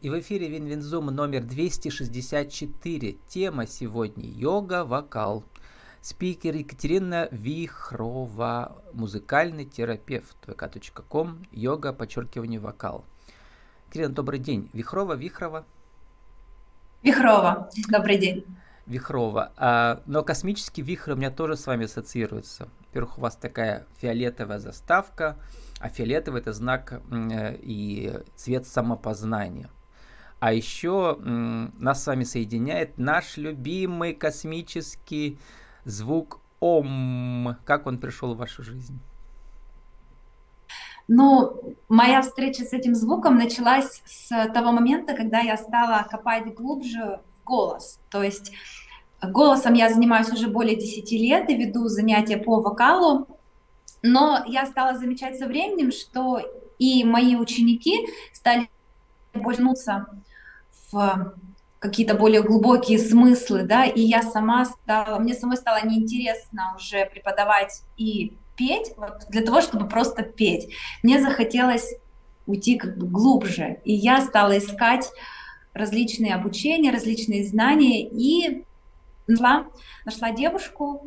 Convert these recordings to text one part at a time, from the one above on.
И в эфире Винвинзум номер 264. Тема сегодня йога, вокал. Спикер Екатерина Вихрова, музыкальный терапевт, vk.com, йога, _вокал. Екатерина, добрый день. Вихрова? Вихрова, добрый день. Вихрова. Но космический вихрь у меня тоже с вами ассоциируется. Во-первых, у вас такая фиолетовая заставка, а фиолетовый — это знак и цвет самопознания. А еще нас с вами соединяет наш любимый космический звук Ом. Как он пришел в вашу жизнь? Ну, моя встреча с этим звуком началась с того момента, когда я стала копать глубже в голос. То есть голосом я занимаюсь уже более 10 лет и веду занятия по вокалу, но я стала замечать со временем, что и мои ученики стали больше тянуться в какие-то более глубокие смыслы, да, и мне самой стало неинтересно уже преподавать и петь, вот, для того, чтобы просто петь. Мне захотелось уйти как бы глубже, и я стала искать различные обучения, различные знания, и нашла девушку,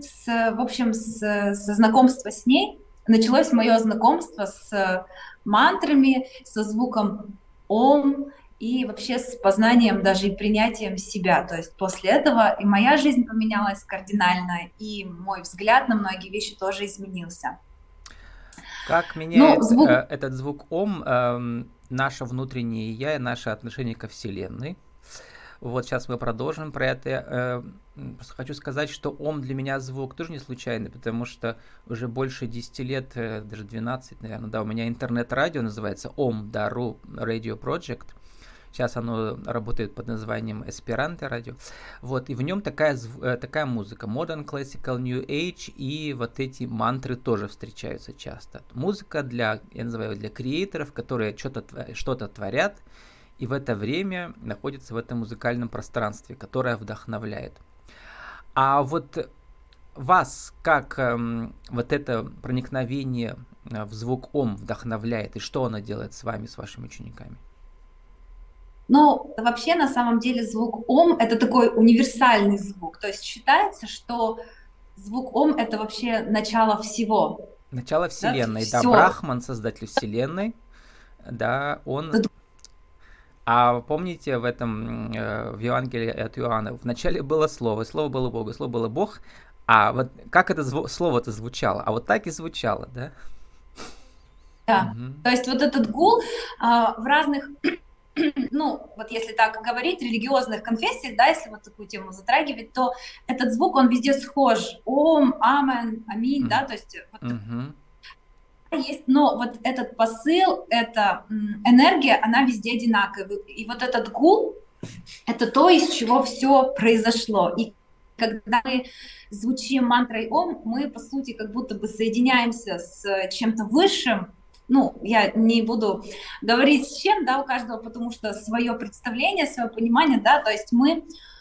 со знакомства с ней началось мое знакомство с мантрами, со звуком Ом, и вообще с познанием даже и принятием себя. То есть после этого и моя жизнь поменялась кардинально, и мой взгляд на многие вещи тоже изменился. Как меняет этот звук Ом наше внутреннее я и наше отношение ко Вселенной? Вот сейчас мы продолжим про это. Просто хочу сказать, что Ом для меня звук тоже не случайный, потому что уже больше 10 лет, даже 12, наверное, да, у меня интернет-радио называется Ом Дару Radio Project. Сейчас оно работает под названием Эсперанто радио. Вот, и в нем такая музыка. Modern Classical New Age, и вот эти мантры тоже встречаются часто. Музыка я называю для креаторов, которые что-то творят, и в это время находится в этом музыкальном пространстве, которое вдохновляет. А вот вас как вот это проникновение в звук Ом вдохновляет, и что оно делает с вами, с вашими учениками? Ну, вообще, на самом деле, звук Ом — это такой универсальный звук. То есть считается, что звук Ом — это вообще начало всего. Начало Вселенной, да. Брахман, создатель Вселенной, да, он... А помните в Евангелии от Иоанна, вначале было Слово, и Слово было Бог, и Слово было Бог, а вот как это слово-то звучало? А вот так и звучало, да? Да, то есть вот этот гул в разных, ну, вот если так говорить, религиозных конфессиях, да, если вот такую тему затрагивать, то этот звук, он везде схож. Ом, амен, аминь, да, то есть... Есть, но вот этот посыл, эта энергия, она везде одинаковая. И вот этот гул — это то, из чего все произошло. И когда мы звучим мантрой Ом, мы, по сути, как будто бы соединяемся с чем-то высшим. Ну, я не буду говорить с чем, да, у каждого, потому что свое представление, свое понимание, да, то есть мы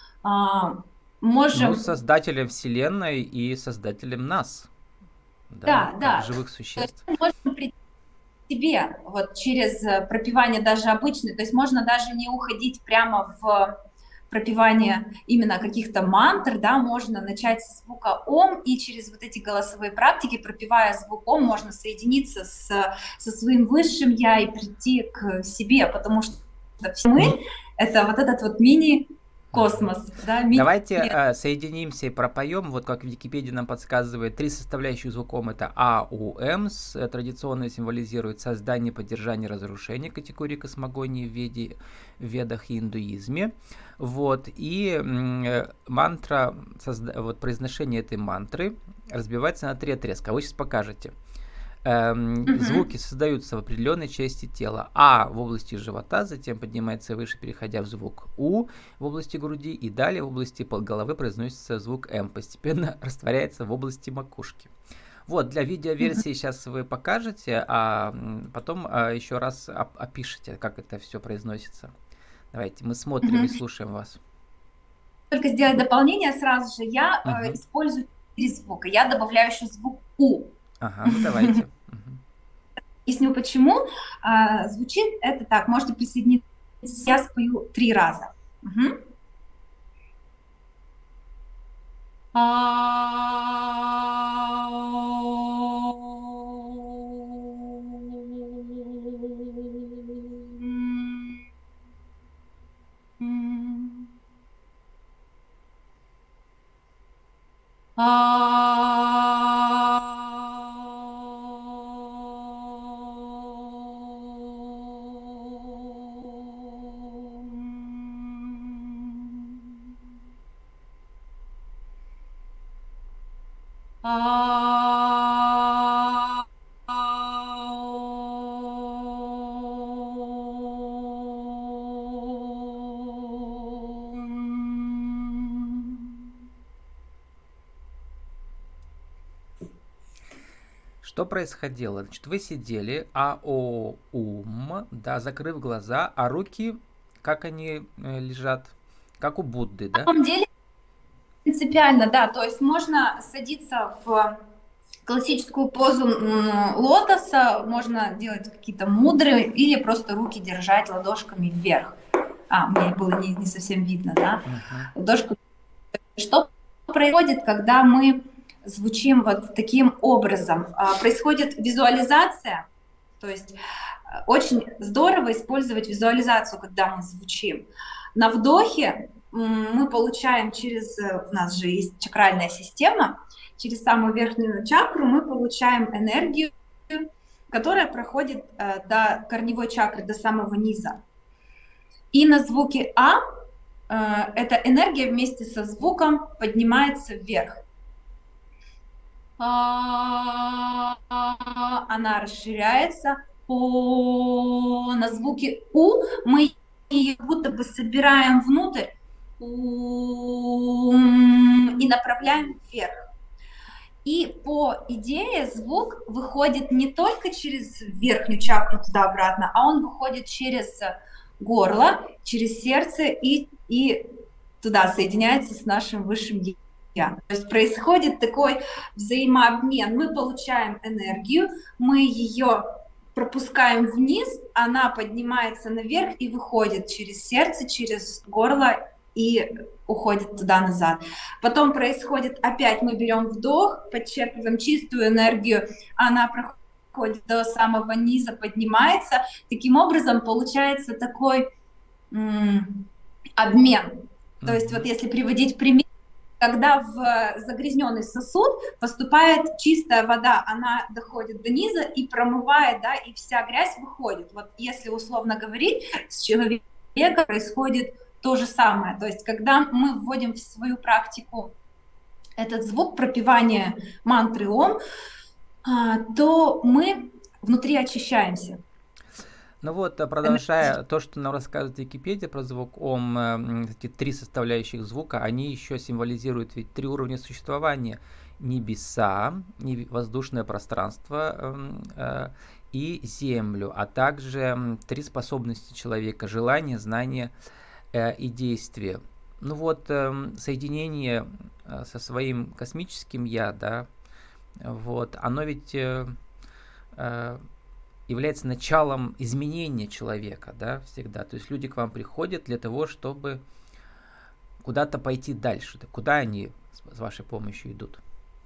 можем... Ну, создателем Вселенной и создателем нас. Да. Живых существ. Мы можем прийти к себе вот через пропевание даже обычное. То есть можно даже не уходить прямо в пропевание именно каких-то мантр, да, можно начать с звука Ом, и через вот эти голосовые практики, пропевая звук Ом, можно соединиться со своим высшим я и прийти к себе, потому что все мы — это вот этот вот мини-космос. Да, Давайте соединимся и пропоем. Вот как в Википедии нам подсказывает, 3 составляющих звуком — это А, У, М. Традиционно символизирует создание, поддержание, разрушение категории космогонии в ведах и индуизме. Вот. И мантра, вот произношение этой мантры разбивается на 3 отрезка. Вы сейчас покажете. Звуки создаются в определенной части тела. А в области живота, затем поднимается выше, переходя в звук У в области груди, и далее в области головы произносится звук М, постепенно растворяется в области макушки. Вот, для видеоверсии сейчас вы покажете, а потом еще раз опишите, как это все произносится. Давайте, мы смотрим и слушаем вас. Только сделать дополнение сразу же. Я использую 4 звука. Я добавляю еще звук У. Ага, ну давайте. Объясню почему. Звучит это так, можете присоединиться я спою 3 раза. Угу. Что происходило? Значит, вы сидели, да, закрыв глаза, а руки, как они лежат? Как у Будды, да? На самом деле, принципиально, да, то есть можно садиться в классическую позу лотоса, можно делать какие-то мудры или просто руки держать ладошками вверх. Мне было не совсем видно, да? Ладошку. Что происходит, когда мы звучим вот таким образом? Происходит визуализация, то есть очень здорово использовать визуализацию, когда мы звучим. На вдохе мы получаем у нас же есть чакральная система, через самую верхнюю чакру мы получаем энергию, которая проходит до корневой чакры, до самого низа. И на звуке эта энергия вместе со звуком поднимается вверх. Она расширяется. На звуке У мы ее будто бы собираем внутрь и направляем вверх. И по идее звук выходит не только через верхнюю чакру туда-обратно, а он выходит через горло, через сердце и туда соединяется с нашим высшим я. То есть происходит такой взаимообмен. Мы получаем энергию, мы ее пропускаем вниз, она поднимается наверх и выходит через сердце, через горло и уходит туда-назад. Потом происходит опять, мы берем вдох, подчерпываем чистую энергию, она проходит до самого низа, поднимается. Таким образом получается такой обмен. То есть вот если приводить пример, когда в загрязненный сосуд поступает чистая вода, она доходит до низа и промывает, да, и вся грязь выходит. Вот если условно говорить, с человеком происходит то же самое. То есть когда мы вводим в свою практику этот звук пропевания мантры Ом, то мы внутри очищаемся. Ну вот, продолжая то, что нам рассказывает Википедия про звук Ом, эти 3 составляющих звука, они еще символизируют ведь 3 уровня существования. Небеса, воздушное пространство и землю, а также 3 способности человека: желание, знание и действие. Ну вот, соединение со своим космическим я, да, вот, оно ведь является началом изменения человека, да, всегда. То есть люди к вам приходят для того, чтобы куда-то пойти дальше. Да, куда они с вашей помощью идут?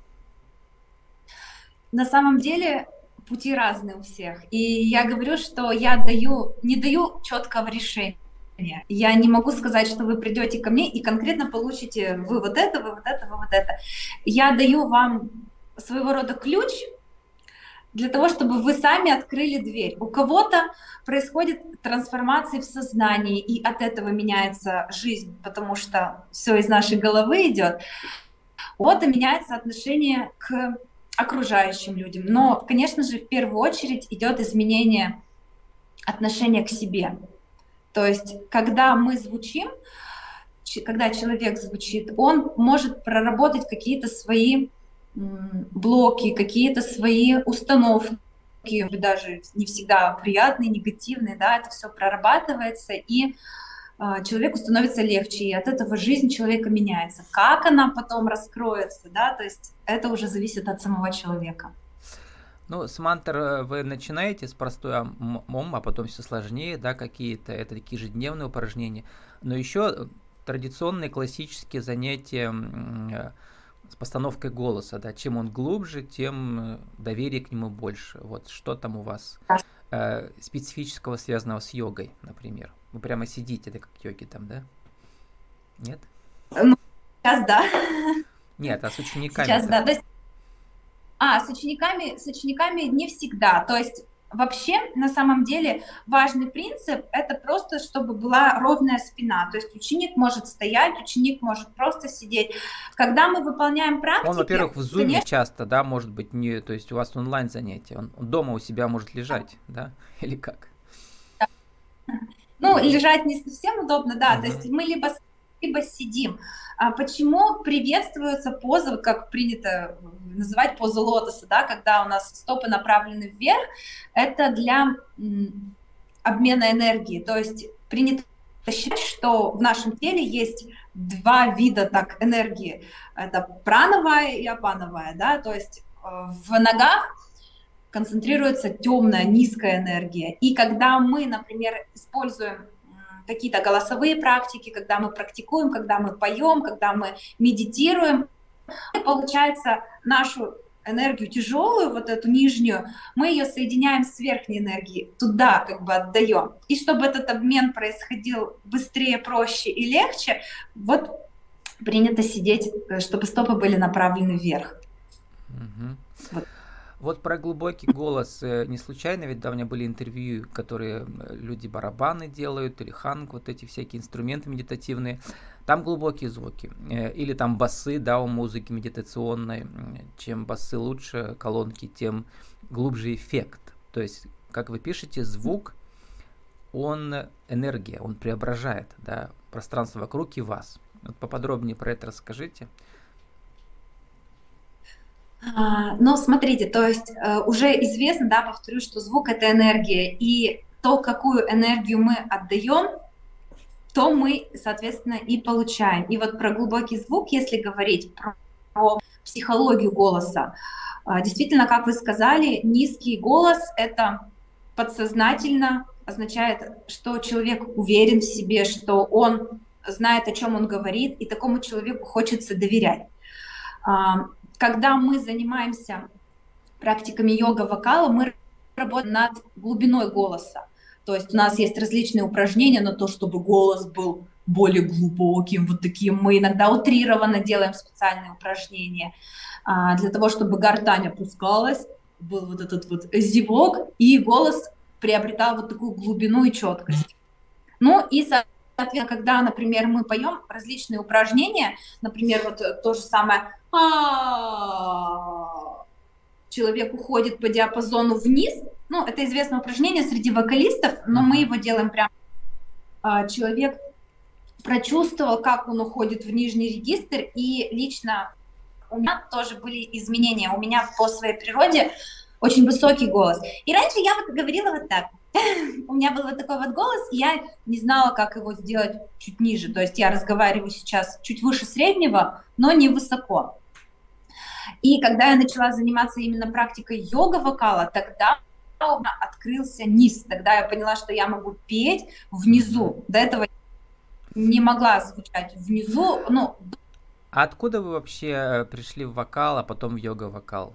На самом деле пути разные у всех. И я говорю, что я не даю четкого решения. Я не могу сказать, что вы придете ко мне и конкретно получите вы вот это, вы вот это, вы вот это. Я даю вам своего рода ключ для того, чтобы вы сами открыли дверь. У кого-то происходит трансформация в сознании, и от этого меняется жизнь, потому что все из нашей головы идет. У кого-то меняется отношение к окружающим людям. Но, конечно же, в первую очередь идет изменение отношения к себе. То есть, когда мы звучим, когда человек звучит, он может проработать какие-то свои блоки, какие-то свои установки, даже не всегда приятные, негативные, да, это все прорабатывается, и человеку становится легче, и от этого жизнь человека меняется. Как она потом раскроется, да, то есть это уже зависит от самого человека. Ну, с мантр вы начинаете с простой ом, а потом все сложнее, да, какие-то, это такие ежедневные упражнения. Но еще традиционные классические занятия с постановкой голоса, да, чем он глубже, тем доверие к нему больше. Вот что там у вас специфического, связанного с йогой, например? Вы прямо сидите, это как йоги там, да? Нет? Ну, сейчас да. Нет, а с учениками? Сейчас да. То есть, с учениками не всегда. То есть вообще, на самом деле, важный принцип – это просто, чтобы была ровная спина. То есть ученик может стоять, ученик может просто сидеть. Когда мы выполняем практики… Он, во-первых, в Zoom конечно, часто, да, может быть, не, то есть у вас онлайн занятия, он дома у себя может лежать, да, или как? Ну, лежать не совсем удобно, да, то есть мы либо сидим. Почему приветствуются позы, как принято называть позу лотоса, да, когда у нас стопы направлены вверх, это для обмена энергии, то есть принято считать, что в нашем теле есть два вида так энергии, это прановая и апановая, да, то есть в ногах концентрируется темная, низкая энергия, и когда мы, например, используем какие-то голосовые практики, когда мы практикуем, когда мы поем, когда мы медитируем, получается нашу энергию тяжелую, вот эту нижнюю, мы ее соединяем с верхней энергией, туда как бы отдаем. И чтобы этот обмен происходил быстрее, проще и легче, вот принято сидеть, чтобы стопы были направлены вверх. Вот про глубокий голос не случайно, ведь да, у меня были интервью, которые люди барабаны делают, или ханг, вот эти всякие инструменты медитативные. Там глубокие звуки. Или там басы, да, у музыки медитационной. Чем басы лучше, колонки, тем глубже эффект. То есть, как вы пишете, звук, он энергия, он преображает, да, пространство вокруг и вас. Вот поподробнее про это расскажите. Но смотрите, то есть уже известно, да, повторю, что звук — это энергия, и то, какую энергию мы отдаем, то мы, соответственно, и получаем. И вот про глубокий звук, если говорить про психологию голоса, действительно, как вы сказали, низкий голос — это подсознательно означает, что человек уверен в себе, что он знает, о чем он говорит, и такому человеку хочется доверять. Когда мы занимаемся практиками йога-вокала, мы работаем над глубиной голоса. То есть у нас есть различные упражнения на то, чтобы голос был более глубоким, вот таким. Мы иногда утрированно делаем специальные упражнения для того, чтобы гортань опускалась, был вот этот вот зевок, и голос приобретал вот такую глубину и четкость. Ну и, соответственно, когда, например, мы поем различные упражнения, например, вот то же самое человек уходит по диапазону вниз, ну, это известное упражнение среди вокалистов, но мы его делаем прямо. Человек прочувствовал, как он уходит в нижний регистр, и лично у меня тоже были изменения. У меня по своей природе очень высокий голос. И раньше я вот говорила вот так. У меня был вот такой вот голос, и я не знала, как его сделать чуть ниже. То есть я разговариваю сейчас чуть выше среднего, но не высоко. И когда я начала заниматься именно практикой йога-вокала, тогда у меня открылся низ. Тогда я поняла, что я могу петь внизу. До этого не могла звучать внизу. Ну. А откуда вы вообще пришли в вокал, а потом в йога-вокал?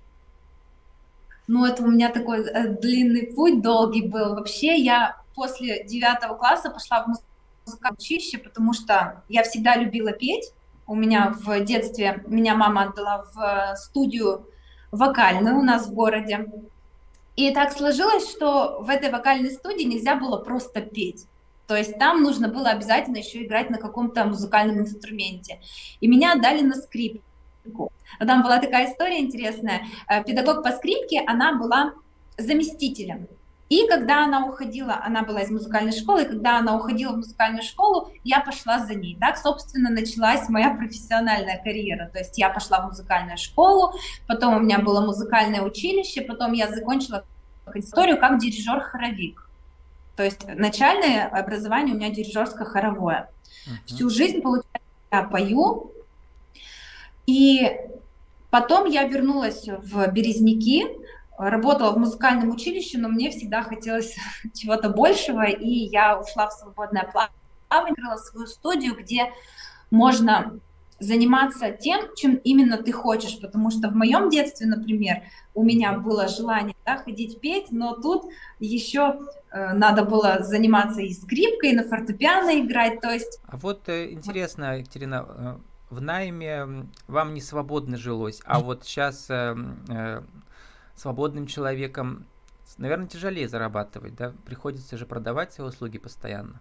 Ну, это у меня такой длинный путь, долгий был. Вообще я после 9 класса пошла в музыкальное училище, потому что я всегда любила петь. У меня в детстве меня мама отдала в студию вокальную у нас в городе. И так сложилось, что в этой вокальной студии нельзя было просто петь. То есть там нужно было обязательно еще играть на каком-то музыкальном инструменте. И меня отдали на скрипку. Там была такая история интересная. Педагог по скрипке, она была заместителем. И когда она уходила, она была из музыкальной школы, и когда она уходила в музыкальную школу, я пошла за ней. Так, собственно, началась моя профессиональная карьера. То есть я пошла в музыкальную школу, потом у меня было музыкальное училище, потом я закончила историю как дирижер-хоровик. То есть начальное образование у меня дирижерско-хоровое. Всю жизнь, получается, я пою. И потом я вернулась в Березники, работала в музыкальном училище, но мне всегда хотелось чего-то большего, и я ушла в свободное плавание, открыла свою студию, где можно заниматься тем, чем именно ты хочешь, потому что в моем детстве, например, у меня было желание, да, ходить петь, но тут еще надо было заниматься и скрипкой, и на фортепиано играть, то есть... А вот интересно, Екатерина, в найме вам не свободно жилось, а вот сейчас свободным человеком, наверное, тяжелее зарабатывать, да? Приходится же продавать свои услуги постоянно.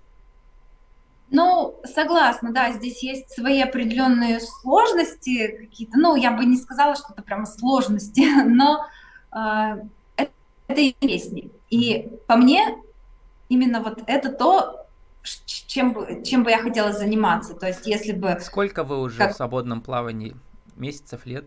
Ну, согласна, да, здесь есть свои определенные сложности какие-то, ну, я бы не сказала, что это прямо сложности, но это интереснее. И по мне именно вот это то, чем бы я хотела заниматься. То есть если бы... Сколько вы уже в свободном плавании? Месяцев, лет?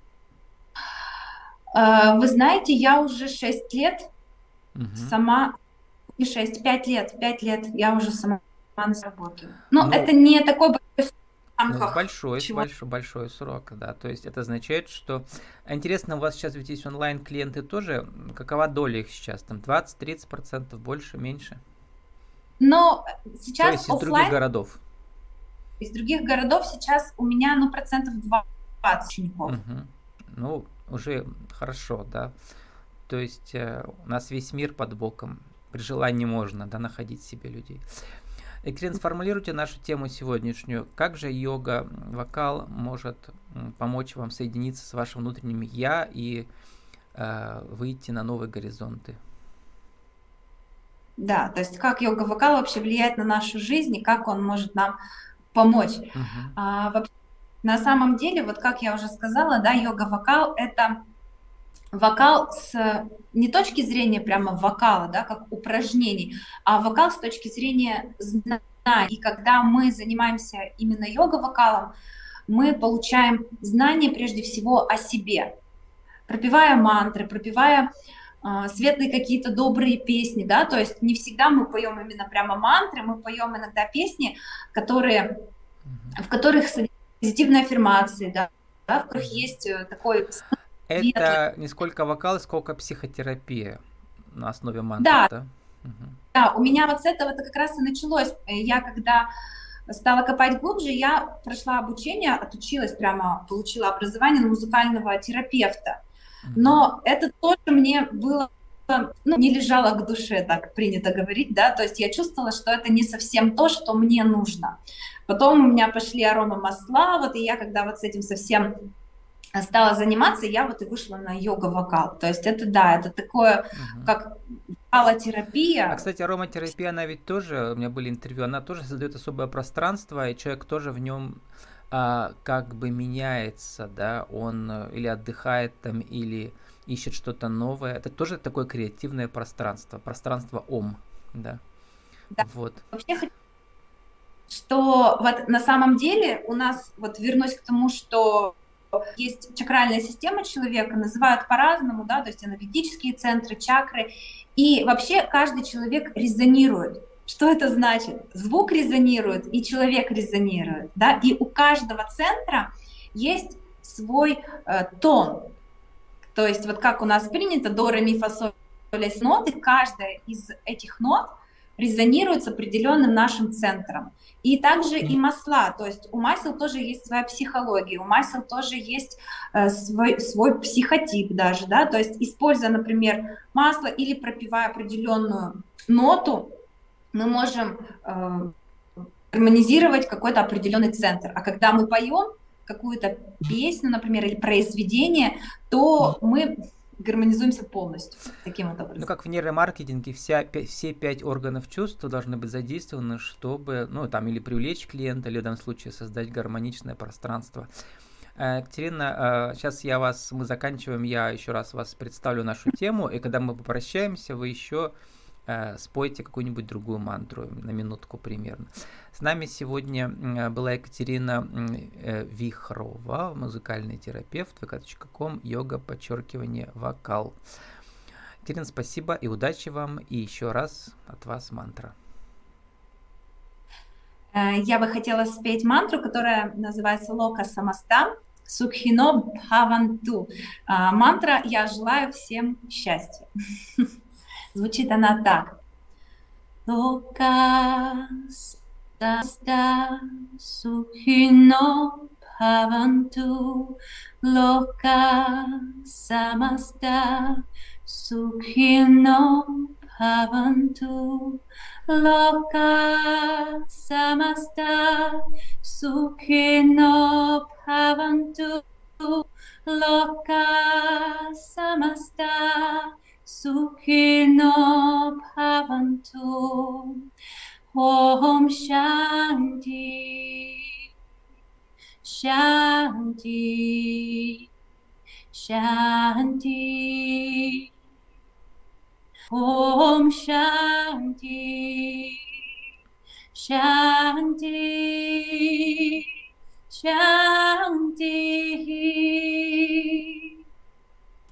Вы знаете, я уже 6 лет сама... Не 6, 5 лет. 5 лет я уже сама работаю. Но это не такой большой срок. Большой срок, да. То есть это означает, что... Интересно, у вас сейчас ведь есть онлайн-клиенты тоже. Какова доля их сейчас? Там 20-30%, больше, меньше? Но сейчас то есть из других городов? Из других городов сейчас у меня, ну, процентов 20 учеников. Ну, уже хорошо, да. То есть у нас весь мир под боком. При желании можно, да, находить себе людей. Екатерина, сформулируйте нашу тему сегодняшнюю. Как же йога, вокал может помочь вам соединиться с вашим внутренним «я» и выйти на новые горизонты? Да, то есть как йога-вокал вообще влияет на нашу жизнь и как он может нам помочь. На самом деле, вот как я уже сказала, да, йога-вокал — это вокал с не точки зрения прямо вокала, да, как упражнений, а вокал с точки зрения знаний. И когда мы занимаемся именно йога-вокалом, мы получаем знания прежде всего о себе, пропевая мантры, пропевая светлые какие-то добрые песни, да, то есть не всегда мы поем именно прямо мантры, мы поем иногда песни, в которых позитивные аффирмации, да, в которых есть такой... Это не сколько вокал, сколько психотерапия на основе мантр, да? Да, у меня вот с этого это как раз и началось. Я когда стала копать глубже, я прошла обучение, отучилась прямо, получила образование на музыкального терапевта. Но это тоже мне было, ну, не лежало к душе, так принято говорить, да, то есть я чувствовала, что это не совсем то, что мне нужно. Потом у меня пошли аромамасла, вот, и я когда вот с этим совсем стала заниматься, я вот и вышла на йога-вокал. То есть это, да, это такое, как вокалотерапия. А, кстати, ароматерапия, она ведь тоже, у меня были интервью, она тоже создает особое пространство, и человек тоже в нем как бы меняется, да, он или отдыхает там, или ищет что-то новое. Это тоже такое креативное пространство ом, да. Да. Вот. Вообще, что вот на самом деле у нас, вот вернусь к тому, что есть чакральная система человека, называют по-разному, да, то есть энергетические центры, чакры, и вообще каждый человек резонирует. Что это значит? Звук резонирует, и человек резонирует, да, и у каждого центра есть свой тон. То есть вот как у нас принято до, ре, ми, фа, соль, ля, си ноты, каждая из этих нот резонирует с определенным нашим центром. И также и масла, то есть у масел тоже есть своя психология, у масел тоже есть свой психотип даже, да, то есть используя, например, масло или пропевая определенную ноту, мы можем гармонизировать какой-то определенный центр. А когда мы поем какую-то песню, например, или произведение, то мы гармонизуемся полностью таким вот образом. Ну, как в нейромаркетинге, все 5 органов чувств должны быть задействованы, чтобы, ну, там, или привлечь клиента, или в данном случае создать гармоничное пространство. Екатерина, сейчас мы заканчиваем, я еще раз вас представлю нашу тему, и когда мы попрощаемся, вы еще спойте какую-нибудь другую мантру на минутку примерно. С нами сегодня была Екатерина Вихрова, музыкальный терапевт, vk.com, йога_вокал. Екатерина, спасибо и удачи вам, и еще раз от вас мантра. Я бы хотела спеть мантру, которая называется Лока Самаста. Сукхино Бхаванту. Мантра «Я желаю всем счастья». Звучит она так. Лока самаста сукхино бхаванту. Лока самаста сукхино bhavantu. Loka samasta sukhino bhavantu. Loka samasta sukhino bhavantu. Om Shanti, Shanti, Shanti. Om Shanti, Shanti, Shanti.